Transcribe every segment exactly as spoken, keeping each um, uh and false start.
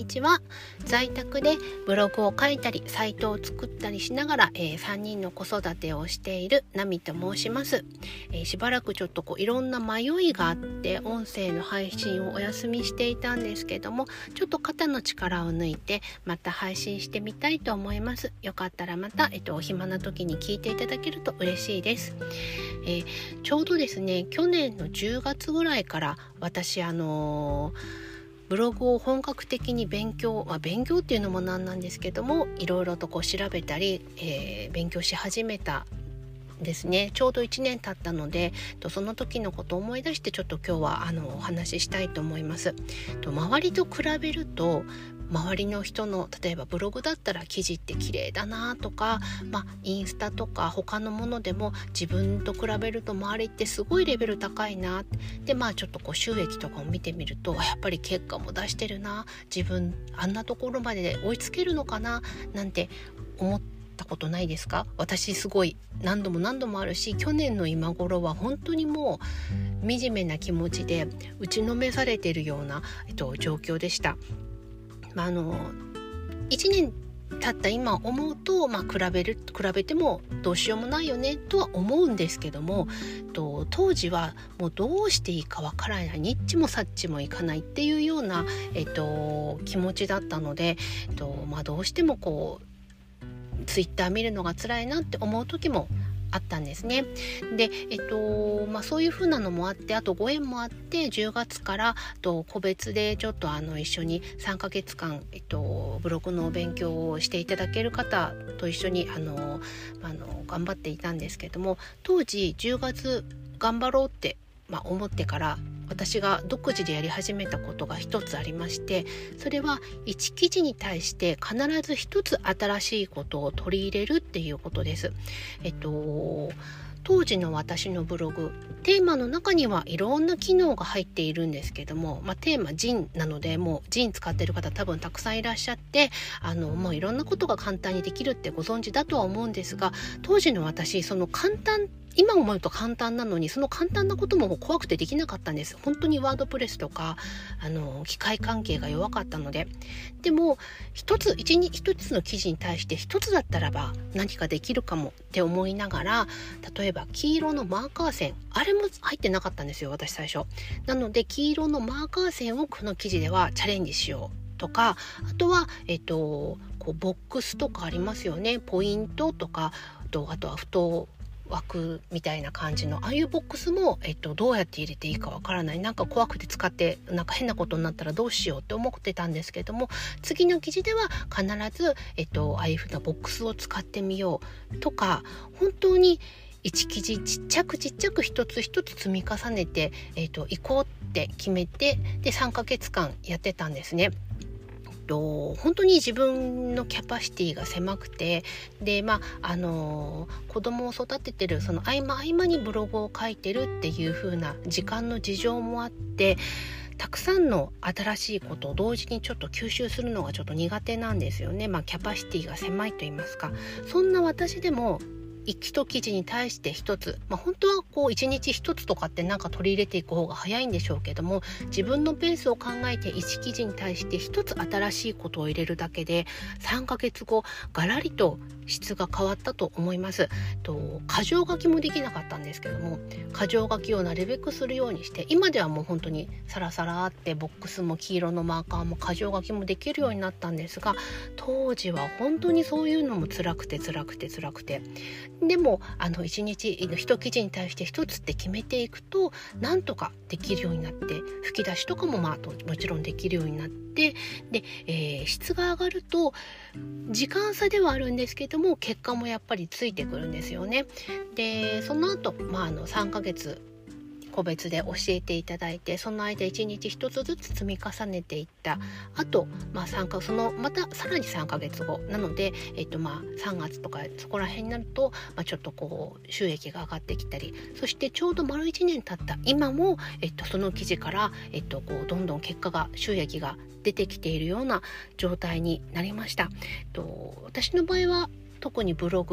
ちは。在宅でブログを書いたりサイトを作ったりしながら、えー、さんにんの子育てをしているナミと申します。えー、しばらくちょっとこういろんな迷いがあって音声の配信をお休みしていたんですけども、ちょっと肩の力を抜いてまた配信してみたいと思います。よかったらまた、えっと、お暇な時に聞いていただけると嬉しいです。えー、ちょうどですね、去年のじゅうがつぐらいから私あのーブログを本格的に勉強、まあ、勉強っていうのもなんなんですけども、いろいろとこう調べたり、えー、勉強し始めたですね。ちょうどいちねん経ったので、その時のことを思い出してちょっと今日はあのお話ししたいと思います。周りと比べると、周りの人の例えばブログだったら記事って綺麗だなとか、まあ、インスタとか他のものでも自分と比べると周りってすごいレベル高いなで、まあちょっとこう収益とかを見てみるとやっぱり結果も出してるな、自分あんなところまで追いつけるのかななんて思ってたことないですか？私すごい何度も何度もあるし、去年の今頃は本当にもう惨めな気持ちで打ちのめされているような、えっと、状況でした。まあ、あのいちねん経った今思うと、まあ、比べる比べてもどうしようもないよねとは思うんですけども、と当時はもうどうしていいかわからない、ニッチもサッチもいかないっていうような、えっと、気持ちだったので、えっとまあ、どうしてもこうツイッター見るのが辛いなって思う時もあったんですね。で、えっとまあ、そういう風なのもあって、あとご縁もあってじゅうがつからと個別でちょっとあの一緒にさんかげつかん、えっと、ブログのお勉強をしていただける方と一緒にあのあの頑張っていたんですけども、当時じゅうがつ頑張ろうって、まあ、思ってから私が独自でやり始めたことが一つありまして、それはいち記事に対して必ず一つ新しいことを取り入れるっていうことです。えっと当時の私のブログ、テーマの中にはいろんな機能が入っているんですけども、まあ、テーマジンなのでもうジン使ってる方多分たくさんいらっしゃって、あのもういろんなことが簡単にできるってご存知だとは思うんですが、当時の私その簡単今思うと簡単なのに、その簡単なことも怖くてできなかったんです。本当にワードプレスとかあの機械関係が弱かったので。でも一つ一に一つの記事に対して一つだったらば何かできるかもって思いながら、例えば黄色のマーカー線、あれも入ってなかったんですよ、私最初。なので黄色のマーカー線をこの記事ではチャレンジしようとか、あとはえっとこうボックスとかありますよね、ポイントとか、あとあとは太枠みたいな感じのああいうボックスも、えっと、どうやって入れていいかわからない、なんか怖くて使ってなんか変なことになったらどうしようって思ってたんですけども、次の記事では必ず、えっと、ああいうふうなボックスを使ってみようとか、本当にいち記事ちっちゃくちっちゃく一つ一つ積み重ねて、えっと、行こうって決めて、でさんかげつかんやってたんですね。本当に自分のキャパシティが狭くて、でまああの子供を育ててるその合間合間にブログを書いてるっていう風な時間の事情もあって、たくさんの新しいことを同時にちょっと吸収するのがちょっと苦手なんですよね。まあキャパシティが狭いと言いますか、そんな私でも一記事に対して一つ、まあ、本当はこう一日一つとかってなんか取り入れていく方が早いんでしょうけども、自分のペースを考えて一記事に対して一つ新しいことを入れるだけでさんかげつごガラリと質が変わったと思います。と箇条書きもできなかったんですけども、箇条書きをなるべくするようにして、今ではもう本当にサラサラってボックスも黄色のマーカーも箇条書きもできるようになったんですが、当時は本当にそういうのも辛くて辛くて辛くて、でもあのいちにち一記事に対して一つって決めていくとなんとかできるようになって、吹き出しとかもまあもちろんできるようになって、で、えー、質が上がると時間差ではあるんですけども結果もやっぱりついてくるんですよね。でその後、まあ、あのさんかげつ個別で教えていただいて、その間いちにちひとつずつ積み重ねていったあと、まあ、さんかそのまたさらにさんかげつごなので、えっと、まあさんがつとかそこら辺になると、まあ、ちょっとこう収益が上がってきたり、そしてちょうど丸いちねん経った今も、えっと、その記事から、えっと、こうどんどん結果が収益が出てきているような状態になりました。えっと、私の場合は特にブログ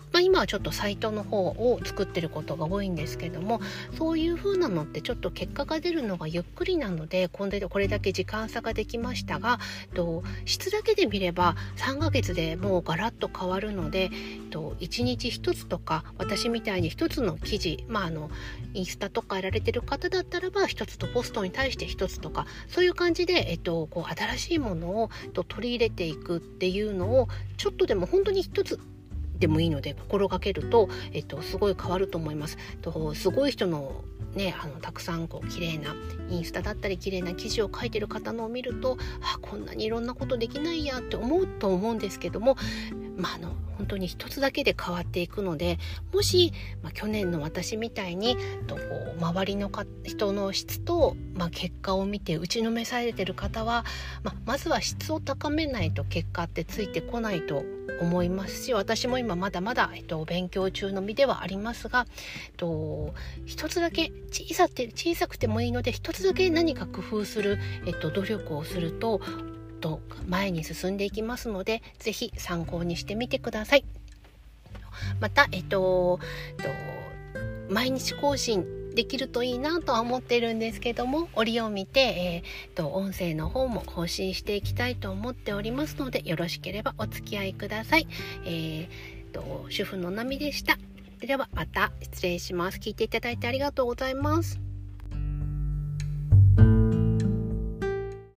まあ、今はちょっとサイトの方を作ってることが多いんですけども、そういう風なのってちょっと結果が出るのがゆっくりなので、これこれだけ時間差ができましたが、と質だけで見ればさんかげつでもうガラッと変わるので、といちにちひとつとか、私みたいにひとつの記事、まあ、あのインスタとかやられてる方だったらばひとつとポストに対してひとつとか、そういう感じで、えっと、こう新しいものをと取り入れていくっていうのをちょっとでも本当にひとつでもいいので心がけると、えっと、すごい変わると思います。とすごい人のね、あのたくさんこう綺麗なインスタだったり綺麗な記事を書いてる方のを見ると、あ、こんなにいろんなことできないやって思うと思うんですけども、まあ、あの本当に一つだけで変わっていくので、もし、まあ、去年の私みたいにとこう周りのか人の質と、まあ、結果を見て打ちのめされてる方は、まあ、まずは質を高めないと結果ってついてこないと思いますし、私も今まだまだ、えっと、勉強中の身ではありますが、えっと、一つだけ小さく小さくてもいいので一つだけ何か工夫する、えっと、努力をするとと前に進んでいきますので、ぜひ参考にしてみてください。また、えっと、えっと、毎日更新できるといいなとは思ってるんですけども、折を見て、えー、と音声の方も更新していきたいと思っておりますので、よろしければお付き合いください。えー、と主婦のなみでした。ではまた失礼します。聞いていただいてありがとうございます。